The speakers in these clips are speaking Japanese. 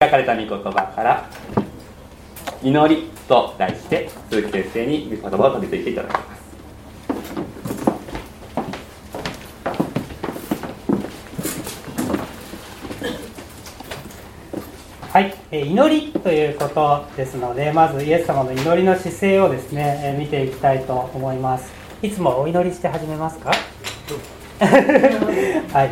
かれた御言葉から祈りと題して鈴木先生に御言葉を取り付いていただきます。 はい、祈りということですので、まずイエス様の祈りの姿勢をですね、見ていきたいと思います。いつもお祈りして始めますか？はい。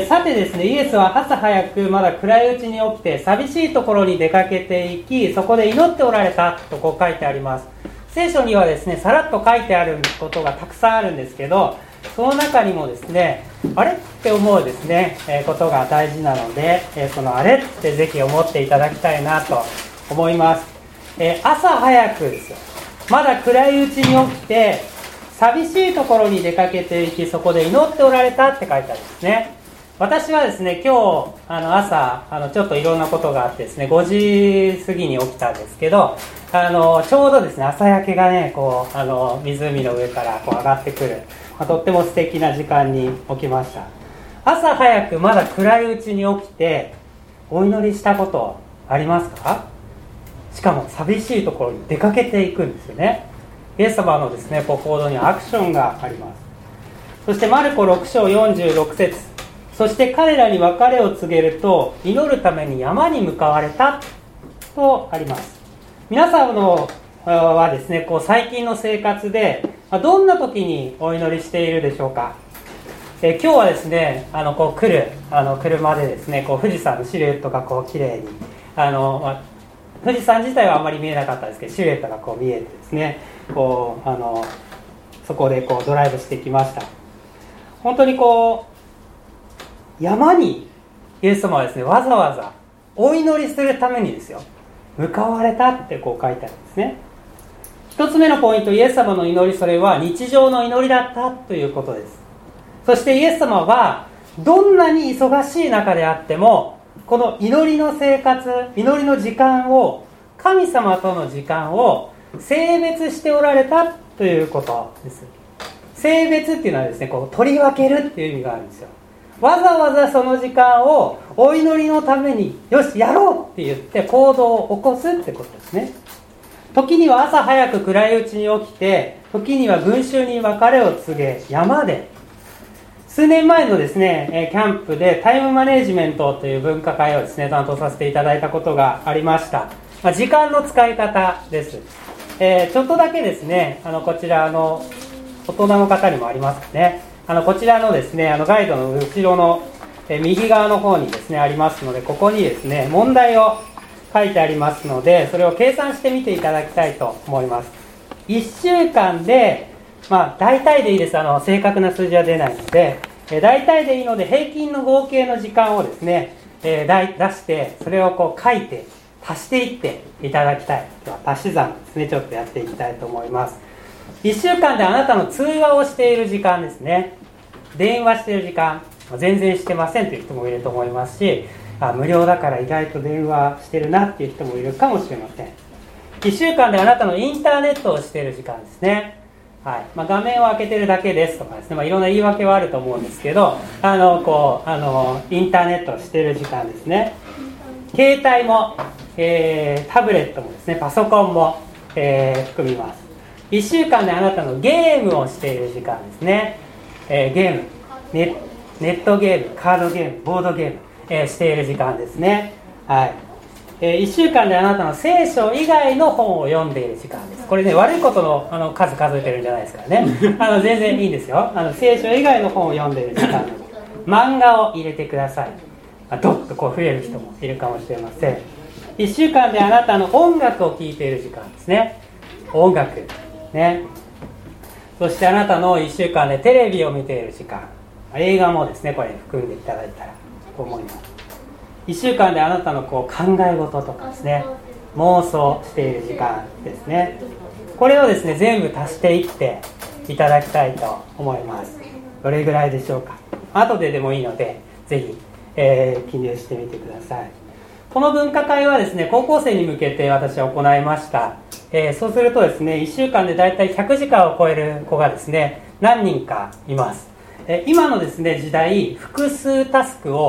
さてですね、イエスは朝早くまだ暗いうちに起きて寂しいところに出かけていき、そこで祈っておられたとこう書いてあります。聖書にはですね、さらっと書いてあることがたくさんあるんですけど、その中にもですね、あれって思うですね、ことが大事なので、そのあれってぜひ思っていただきたいなと思います。朝早くですよ。まだ暗いうちに起きて寂しいところに出かけていき、そこで祈っておられたって書いてあるんですね。私はですね、今日朝ちょっといろんなことがあってですね、5時過ぎに起きたんですけど、ちょうどですね、朝焼けがね、こう湖の上からこう上がってくる、とっても素敵な時間に起きました。朝早くまだ暗いうちに起きてお祈りしたことありますか？しかも寂しいところに出かけていくんですよね。イエス様のですね、行動にはアクションがあります。そしてマルコ6章46節、そして彼らに別れを告げると祈るために山に向かわれたとあります。皆さんのはですね、こう最近の生活でどんな時にお祈りしているでしょうか？今日はですね、こう来る車でですね、こう富士山のシルエットがこう綺麗に富士山自体はあまり見えなかったですけど、シルエットがこう見えてですね、こうそこでこうドライブしてきました。本当にこう山にイエス様はですね、わざわざお祈りするためにですよ、向かわれたってこう書いてあるんですね。一つ目のポイント、イエス様の祈り、それは日常の祈りだったということです。そしてイエス様はどんなに忙しい中であっても、この祈りの生活、祈りの時間を、神様との時間を性別しておられたということです。性別っていうのはですね、こう取り分けるっていう意味があるんですよ。わざわざその時間をお祈りのためによしやろうって言って行動を起こすってことですね。時には朝早く暗いうちに起きて、時には群衆に別れを告げ山で、数年前のですねキャンプでタイムマネジメントという分科会をですね担当させていただいたことがありました。時間の使い方です。ちょっとだけですね、こちら大人の方にもありますかね、こちらのですねガイドの後ろの右側の方にですねありますので、ここにですね問題を書いてありますので、それを計算してみていただきたいと思います。1週間で大体でいいです。正確な数字は出ないので、大体でいいので平均の合計の時間をですね、出して、それをこう書いて足していっていただきたい。今日は足し算ですね、ちょっとやっていきたいと思います。1週間であなたの通話をしている時間ですね、電話している時間、全然してませんという人もいると思いますし、無料だから意外と電話してるなっていう人もいるかもしれません。1週間であなたのインターネットをしている時間ですね。はい。画面を開けてるだけですとかですね、いろんな言い訳はあると思うんですけど、インターネットをしている時間ですね。携帯も、タブレットもですね、パソコンも、含みます。1週間であなたのゲームをしている時間ですね。ゲーム、ネットゲーム、カードゲーム、ボードゲーム、している時間ですね。はい。1週間であなたの聖書以外の本を読んでいる時間です。これね、悪いことの数数えてるんじゃないですからね。全然いいんですよ。聖書以外の本を読んでいる時間です。漫画を入れてください。どっとこう増える人もいるかもしれません。1週間であなたの音楽を聴いている時間ですね。音楽ね。そしてあなたの1週間でテレビを見ている時間、映画もですね、これ含んでいただいたらと思います。1週間であなたのこう考え事とかですね、妄想している時間ですね。これをですね全部足していっていただきたいと思います。どれぐらいでしょうか。後ででもいいのでぜひ、記入してみてください。この分科会はですね高校生に向けて私は行いました。そうするとですね1週間でだいたい100時間を超える子がですね何人かいます。今のですね時代、複数タスクを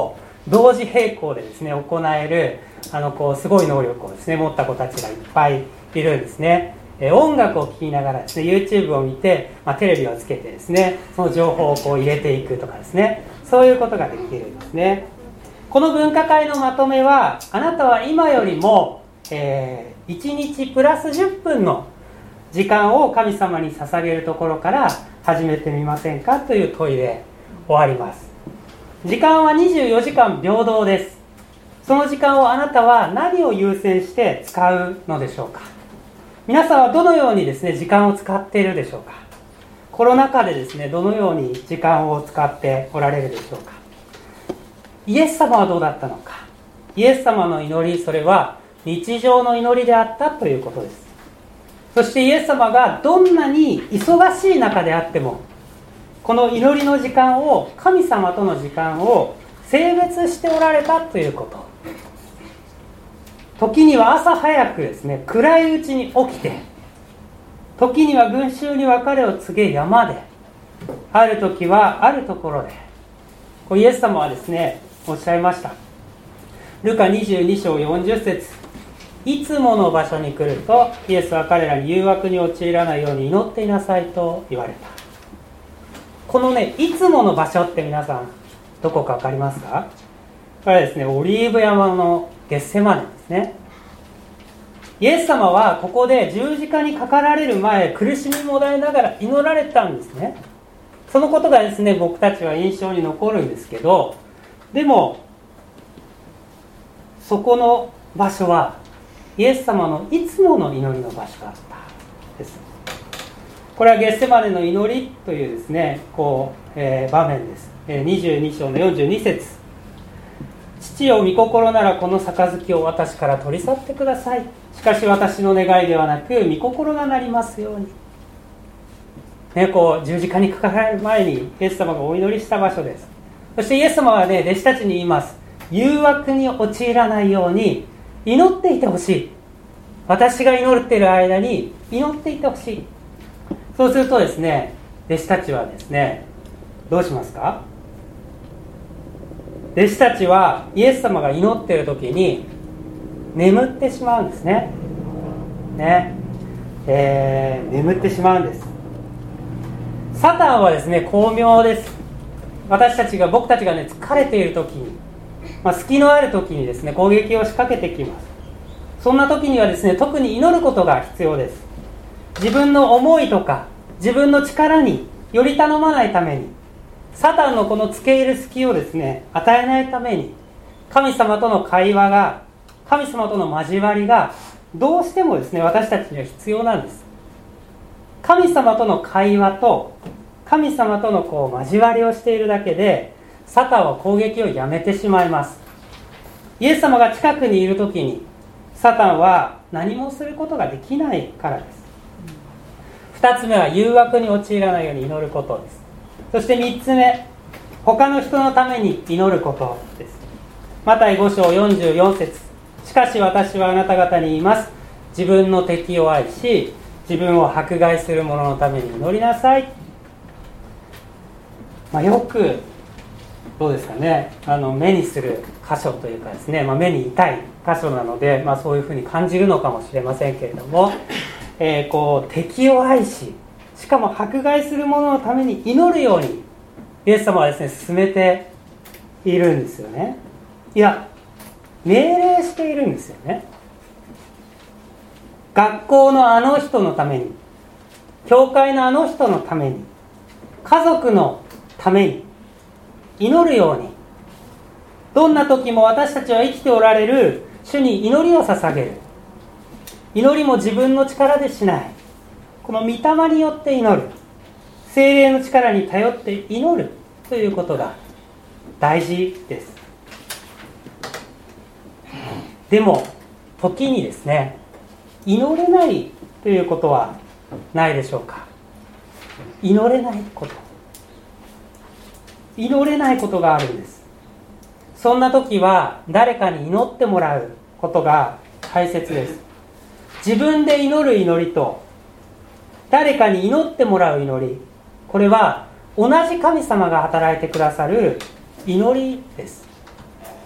同時並行でですね行えるすごい能力をですね持った子たちがいっぱいいるんですね。音楽を聴きながらですね YouTube を見て、テレビをつけてですねその情報を入れていくとかですね、そういうことができるんですね。この分科会のまとめは、あなたは今よりも、1日プラス10分の時間を神様に捧げるところから始めてみませんかという問いで終わります。時間は24時間平等です。その時間をあなたは何を優先して使うのでしょうか。皆さんはどのようにですね時間を使っているでしょうか。コロナ禍でですねどのように時間を使っておられるでしょうか。イエス様はどうだったのか。イエス様の祈り、それは日常の祈りであったということです。そしてイエス様がどんなに忙しい中であっても、この祈りの時間を、神様との時間を性別しておられたということ。時には朝早くですね暗いうちに起きて、時には群衆に別れを告げ山で、ある時はあるところで、イエス様はですねおっしゃいました。ルカ22章40節、いつもの場所に来るとイエスは彼らに誘惑に陥らないように祈っていなさいと言われた。このね、いつもの場所って皆さんどこか分かりますか。これはですねオリーブ山のゲッセマネですね。イエス様はここで十字架にかかられる前、苦しみもだえながら祈られたんですね。そのことがですね僕たちは印象に残るんですけど、でもそこの場所はイエス様のいつもの祈りの場所だったです。これはゲッセマネの祈りというですね場面です。22章の42節、父よ御心ならこの杯を私から取り去ってください。しかし私の願いではなく御心がなりますように。十字架にかかられる前にイエス様がお祈りした場所です。そしてイエス様はね弟子たちに言います。誘惑に陥らないように祈っていてほしい。私が祈っている間に祈っていてほしい。そうするとですね弟子たちはですねどうしますか。弟子たちはイエス様が祈っている時に眠ってしまうんですね。眠ってしまうんです。サタンはですね巧妙です。僕たちがね疲れている時に、隙のある時にですね攻撃を仕掛けてきます。そんな時にはですね特に祈ることが必要です。自分の思いとか自分の力により頼まないために、サタンのこの付け入る隙をですね与えないために、神様との会話が、神様との交わりがどうしてもですね私たちには必要なんです。神様との会話と神様との交わりをしているだけでサタンは攻撃をやめてしまいます。イエス様が近くにいるときにサタンは何もすることができないからです。2つ目は誘惑に陥らないように祈ることです。そして3つ目、他の人のために祈ることです。マタイ5章44節、しかし私はあなた方に言います。自分の敵を愛し自分を迫害する者のために祈りなさい。よくどうですかね、目にする箇所というかですね、目に痛い箇所なので、そういうふうに感じるのかもしれませんけれども、敵を愛ししかも迫害する者のために祈るようにイエス様はですね進めているんですよね。いや、命令しているんですよね。学校のあの人のために、教会のあの人のために、家族のために祈るように、どんな時も私たちは生きておられる主に祈りを捧げる。祈りも自分の力でしない、この御霊によって祈る、聖霊の力に頼って祈るということが大事です。でも時にですね祈れないということはないでしょうか。祈れないことがあるんです。そんな時は誰かに祈ってもらうことが大切です。自分で祈る祈りと誰かに祈ってもらう祈り、これは同じ神様が働いてくださる祈りです。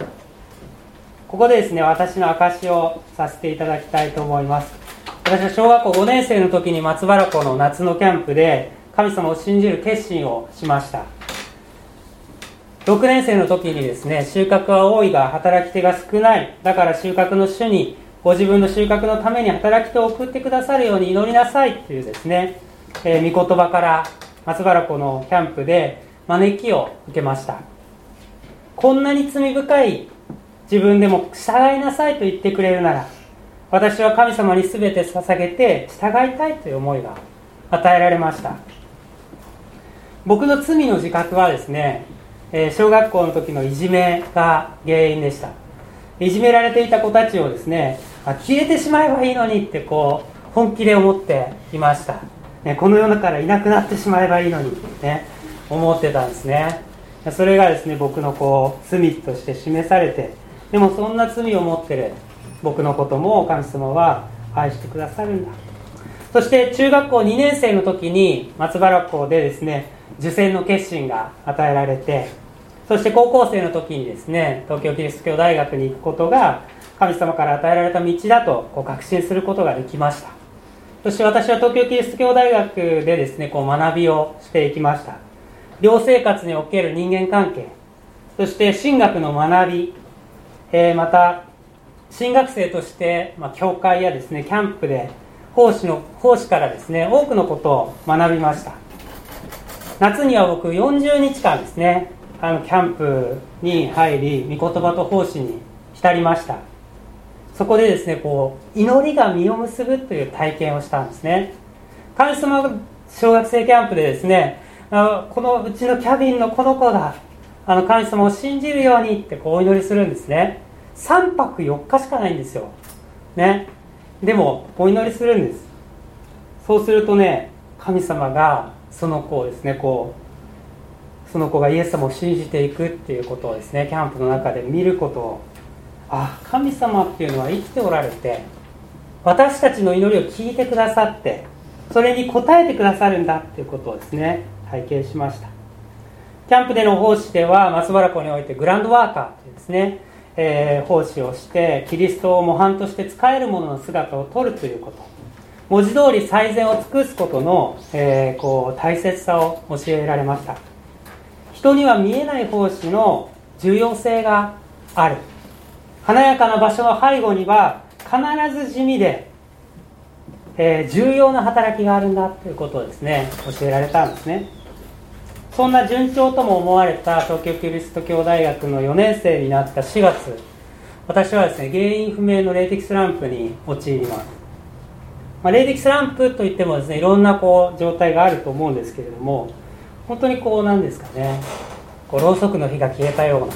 ここでですね、私の証しをさせていただきたいと思います。私は小学校5年生の時に松原湖の夏のキャンプで神様を信じる決心をしました。6年生の時にですね、収穫は多いが働き手が少ない、だから収穫の主にご自分の収穫のために働き手を送ってくださるように祈りなさいというですね、御言葉から松原湖のキャンプで招きを受けました。こんなに罪深い自分でも従いなさいと言ってくれるなら、私は神様に全て捧げて従いたいという思いが与えられました。僕の罪の自覚はですね、小学校の時のいじめが原因でした。いじめられていた子たちをですね、消えてしまえばいいのにって本気で思っていました、この世の中からいなくなってしまえばいいのにってね、思ってたんですね。それがですね、僕の罪として示されて、でもそんな罪を持ってる僕のことも神様は愛してくださるんだ。そして中学校2年生の時に松原校でですね、受洗の決心が与えられて、そして高校生の時にですね、東京キリスト教大学に行くことが神様から与えられた道だと確信することができました。そして私は東京キリスト教大学でですね、学びをしていきました。寮生活における人間関係、そして神学の学び、また神学生として、教会やですね、キャンプで奉仕からですね、多くのことを学びました。夏には僕40日間ですね、キャンプに入り、御言葉と奉仕に浸りました。そこでですね、祈りが実を結ぶという体験をしたんですね。神様が小学生キャンプでですね、このうちのキャビンのこの子が神様を信じるようにってお祈りするんですね。3泊4日しかないんですよ、ね、でもお祈りするんです。そうするとね、神様がその子をですね、その子がイエス様を信じていくっていうことをですね、キャンプの中で見ることを、神様っていうのは生きておられて、私たちの祈りを聞いてくださって、それに応えてくださるんだっていうことをですね、体験しました。キャンプでの奉仕では松原湖においてグランドワーカーというですね、奉仕をしてキリストを模範として使える者の姿を取るということ、文字通り最善を尽くすことの、大切さを教えられました。人には見えない奉仕の重要性がある。華やかな場所の背後には必ず地味で、重要な働きがあるんだということをですね、教えられたんですね。そんな順調とも思われた東京キリスト教大学の4年生になった4月、私はですね、原因不明の霊的スランプに陥ります。霊的スランプといってもですね、いろんな状態があると思うんですけれども、本当に何ですかね、ろうそくの火が消えたような、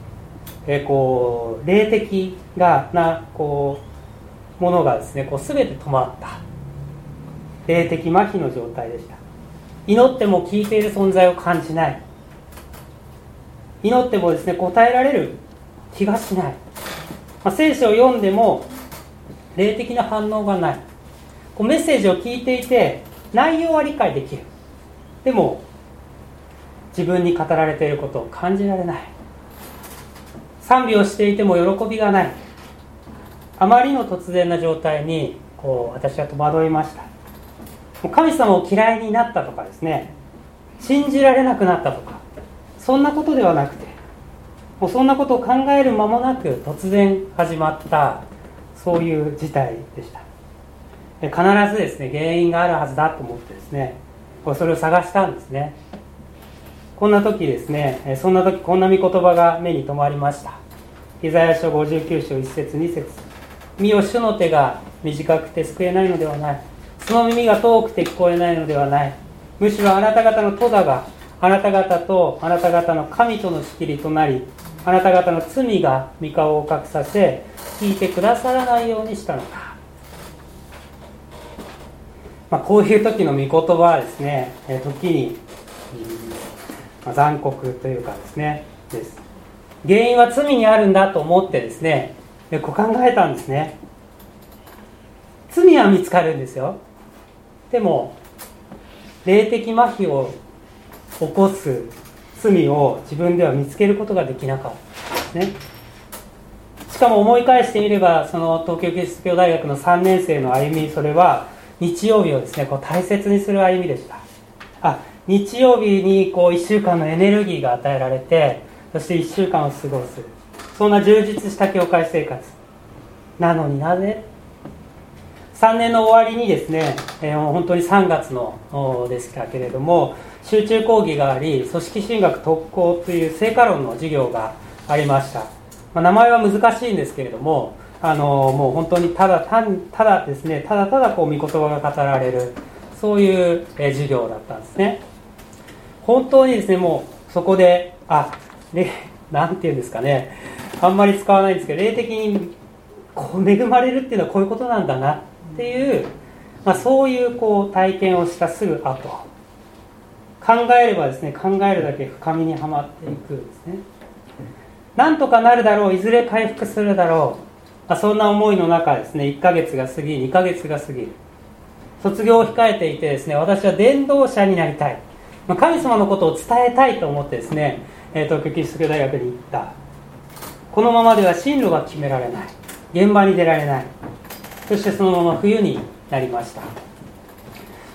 霊的なものがですね、全て止まった霊的麻痺の状態でした。祈っても聞いている存在を感じない。祈ってもですね、答えられる気がしない。聖書を読んでも霊的な反応がない。メッセージを聞いていて内容は理解できる。でも自分に語られていることを感じられない。賛美をしていても喜びがない。あまりの突然な状態に私は戸惑いました。神様を嫌いになったとかですね、信じられなくなったとか、そんなことではなくて、もうそんなことを考える間もなく突然始まったそういう事態でした。必ずですね、原因があるはずだと思ってですね、それを探したんですね。そんな時こんな御言葉が目に留まりました。イザヤ書59章1節2節、見よ、主の手が短くて救えないのではない。その耳が遠くて聞こえないのではない。むしろあなた方の戸田があなた方とあなた方の神との仕切りとなり、あなた方の罪が御顔を隠させ、聞いてくださらないようにしたのか。こういう時の御言葉はですね、時に、残酷というかですね、です。原因は罪にあるんだと思ってですね、考えたんですね。罪は見つかるんですよ。でも霊的麻痺を起こす罪を自分では見つけることができなかったですね。しかも思い返してみれば、その東京キリスト教大学の3年生の歩み、それは日曜日をですねこう大切にする歩みでした。日曜日にこう1週間のエネルギーが与えられて、そして1週間を過ごす、そんな充実した教会生活なのに、なぜ3年の終わりにですね、本当に3月のでしたけれども、集中講義があり、組織神学特攻という聖歌論の授業がありました。名前は難しいんですけれども、もう本当にただですね、ただこう御言葉が語られる、そういう授業だったんですね。本当にですね、もうそこでなんていうんですかね、あんまり使わないんですけど、霊的にこう恵まれるっていうのはこういうことなんだなっていう、そういうこう体験をしたすぐ後、考えればですね、考えるだけ深みにはまっていくんですね。なんとかなるだろう、いずれ回復するだろう、そんな思いの中ですね、1ヶ月が過ぎ、2ヶ月が過ぎる、卒業を控えていてですね、私は伝道者になりたい、神様のことを伝えたいと思ってですね、東京キリスト教大学に行った。このままでは進路が決められない、現場に出られない。そしてそのまま冬になりました。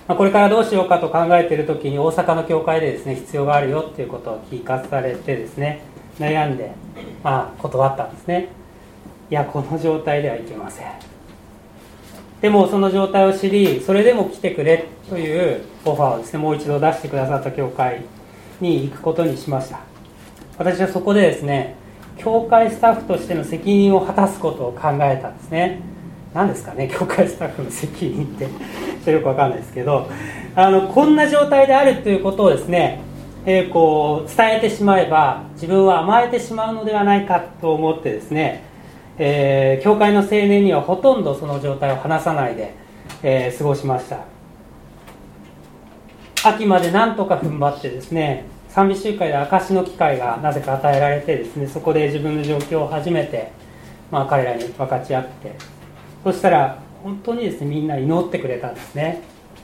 これからどうしようかと考えている時に、大阪の教会でですね必要があるよっていうことを聞かされてですね、悩んで、断ったんですね。いや、この状態ではいけません。でもその状態を知り、それでも来てくれというオファーをですねもう一度出してくださった教会に行くことにしました。私はそこでですね、教会スタッフとしての責任を果たすことを考えたんですね。何ですかね、教会スタッフの責任ってちょっとよくわかんないですけど、こんな状態であるということをですね、こう伝えてしまえば自分は甘えてしまうのではないかと思ってですね、教会の青年にはほとんどその状態を話さないで、過ごしました。秋までなんとか踏ん張ってですね、賛美集会で証しの機会がなぜか与えられてですね、そこで自分の状況を初めて、彼らに分かち合って、そしたら本当にですねみんな祈ってくれたんですね。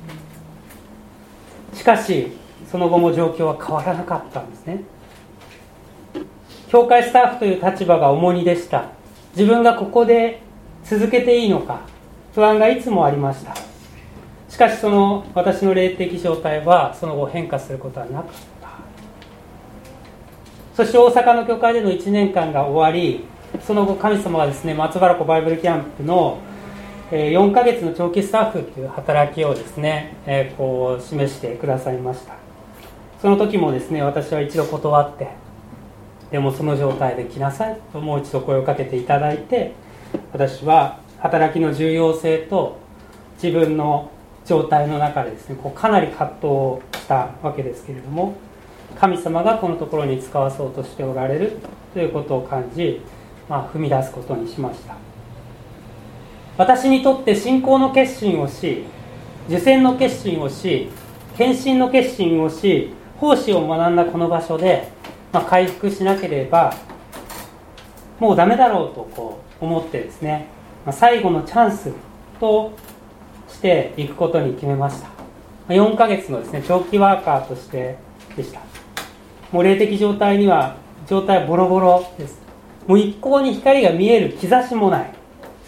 しかしその後も状況は変わらなかったんですね。教会スタッフという立場が重荷でした。自分がここで続けていいのか不安がいつもありました。しかしその私の霊的状態はその後変化することはなかった。そして大阪の教会での1年間が終わり、その後神様がですね松原湖バイブルキャンプの4ヶ月の長期スタッフという働きをですね、こう示してくださいました。その時もですね私は一度断って、でもその状態で来なさいともう一度声をかけていただいて、私は働きの重要性と自分の状態の中でですねこうかなり葛藤をしたわけですけれども、神様がこのところに使わそうとしておられるということを感じ、踏み出すことにしました。私にとって信仰の決心をし、受洗の決心をし、献身の決心をし、奉仕を学んだこの場所で、回復しなければもうダメだろうとこう思ってですね、最後のチャンスとしていくことに決めました。4ヶ月のですね長期ワーカーとしてでした。もう霊的状態はボロボロです。もう一向に光が見える兆しもない。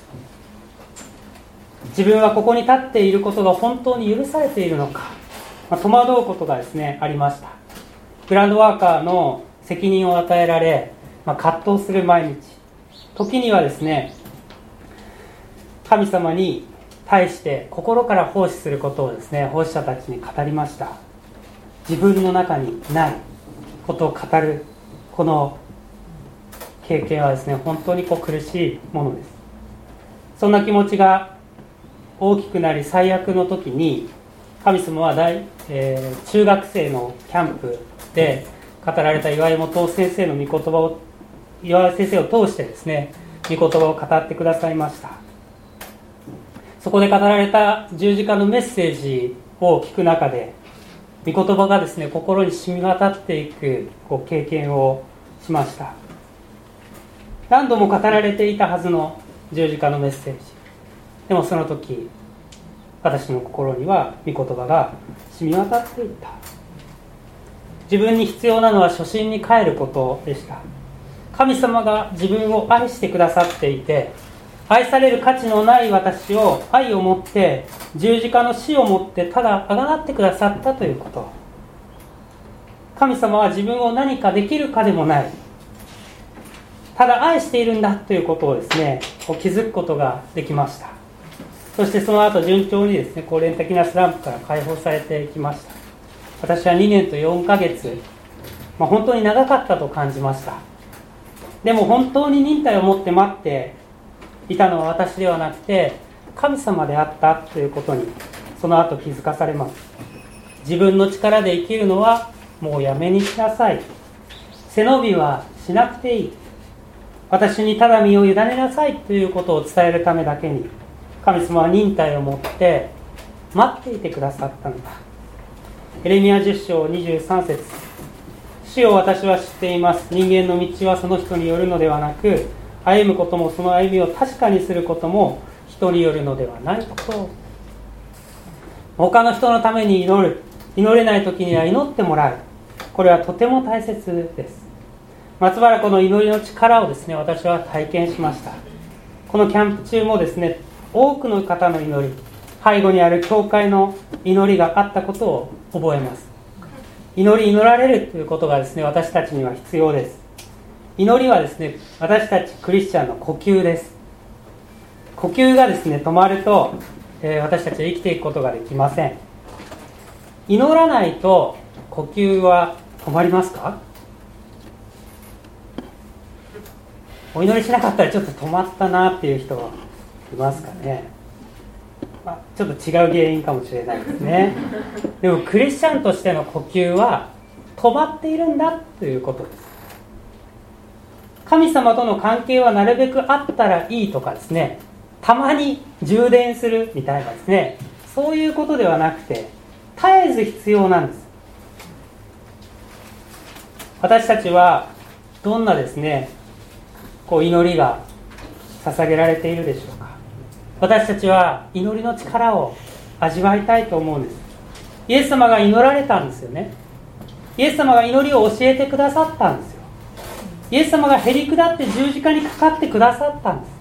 自分はここに立っていることが本当に許されているのか、戸惑うことがですねありました。グランドワーカーの責任を与えられ、葛藤する毎日、時にはですね神様に対して心から奉仕することをですね奉仕者たちに語りました。自分の中にないことを語るこの経験はですね本当に苦しいものです。そんな気持ちが大きくなり、最悪の時に神様は中学生のキャンプで語られた岩井元先生の御言葉を、岩井先生を通してですね御言葉を語ってくださいました。そこで語られた十字架のメッセージを聞く中で、御言葉がですね心に染み渡っていく経験をしました。何度も語られていたはずの十字架のメッセージ、でもその時私の心には御言葉が染み渡っていた。自分に必要なのは初心に帰ることでした。 神様が自分を愛してくださっていて、愛される価値のない私を愛を持って十字架の死をもってただあがなってくださったということ。神様は自分を何かできるかでもない、ただ愛しているんだということをですね、気づくことができました。そしてその後順調にですね、連的なスランプから解放されていきました。私は2年と4ヶ月、本当に長かったと感じました。でも本当に忍耐を持って待っていたのは私ではなくて神様であったということにその後気づかされます。自分の力で生きるのはもうやめにしなさい、背伸びはしなくていい、私にただ身を委ねなさいということを伝えるためだけに神様は忍耐を持って待っていてくださったのだ。エレミヤ10章23節、主を私は知っています、人間の道はその人によるのではなく、歩むこともその歩みを確かにすることも人によるのではないこと。他の人のために祈れない時には祈ってもらう、これはとても大切です。松原湖の祈りの力をですね、私は体験しました。このキャンプ中もですね、多くの方の祈り、背後にある教会の祈りがあったことを覚えます。祈られるということがですね、私たちには必要です。祈りはですね、私たちクリスチャンの呼吸です。呼吸がですね、止まると、私たちは生きていくことができません。祈らないと呼吸は止まりますか？お祈りしなかったらちょっと止まったなっていう人はいますかね。ちょっと違う原因かもしれないですね。でもクリスチャンとしての呼吸は止まっているんだということです。神様との関係はなるべくあったらいいとかですね、たまに充電するみたいなですね、そういうことではなくて絶えず必要なんです。私たちはどんなですね、祈りが捧げられているでしょうか。私たちは祈りの力を味わいたいと思うんです。イエス様が祈られたんですよね。イエス様が祈りを教えてくださったんですよ。イエス様がへり下って十字架にかかってくださったんです。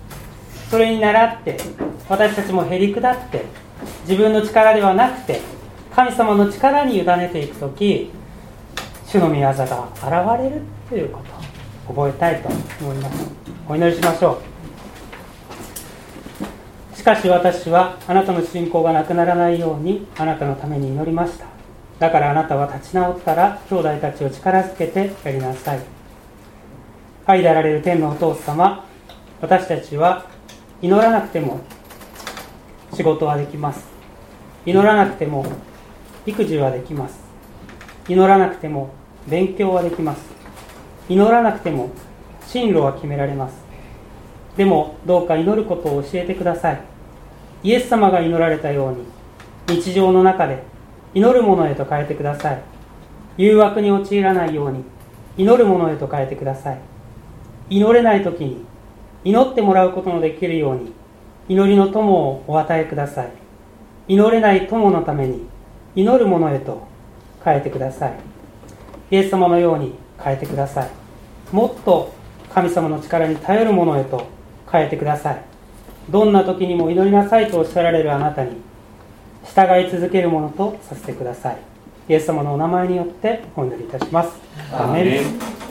それに倣って私たちもへり下って自分の力ではなくて神様の力に委ねていくとき、主の御業が現れるということを覚えたいと思います。お祈りしましょう。しかし私はあなたの信仰がなくならないようにあなたのために祈りました。だからあなたは立ち直ったら兄弟たちを力づけてやりなさい。愛であられる天のお父様、私たちは祈らなくても仕事はできます。祈らなくても育児はできます。祈らなくても勉強はできます。祈らなくても進路は決められます。でもどうか祈ることを教えてください。イエス様が祈られたように日常の中で祈るものへと変えてください。誘惑に陥らないように祈るものへと変えてください。祈れない時に祈ってもらうことのできるように祈りの友をお与えください。祈れない友のために祈るものへと変えてください。イエス様のように変えてください。もっと神様の力に頼るものへと変えてください。どんな時にも祈りなさいとおっしゃられるあなたに従い続けるものとさせてください。イエス様のお名前によってお祈りいたします。アーメン。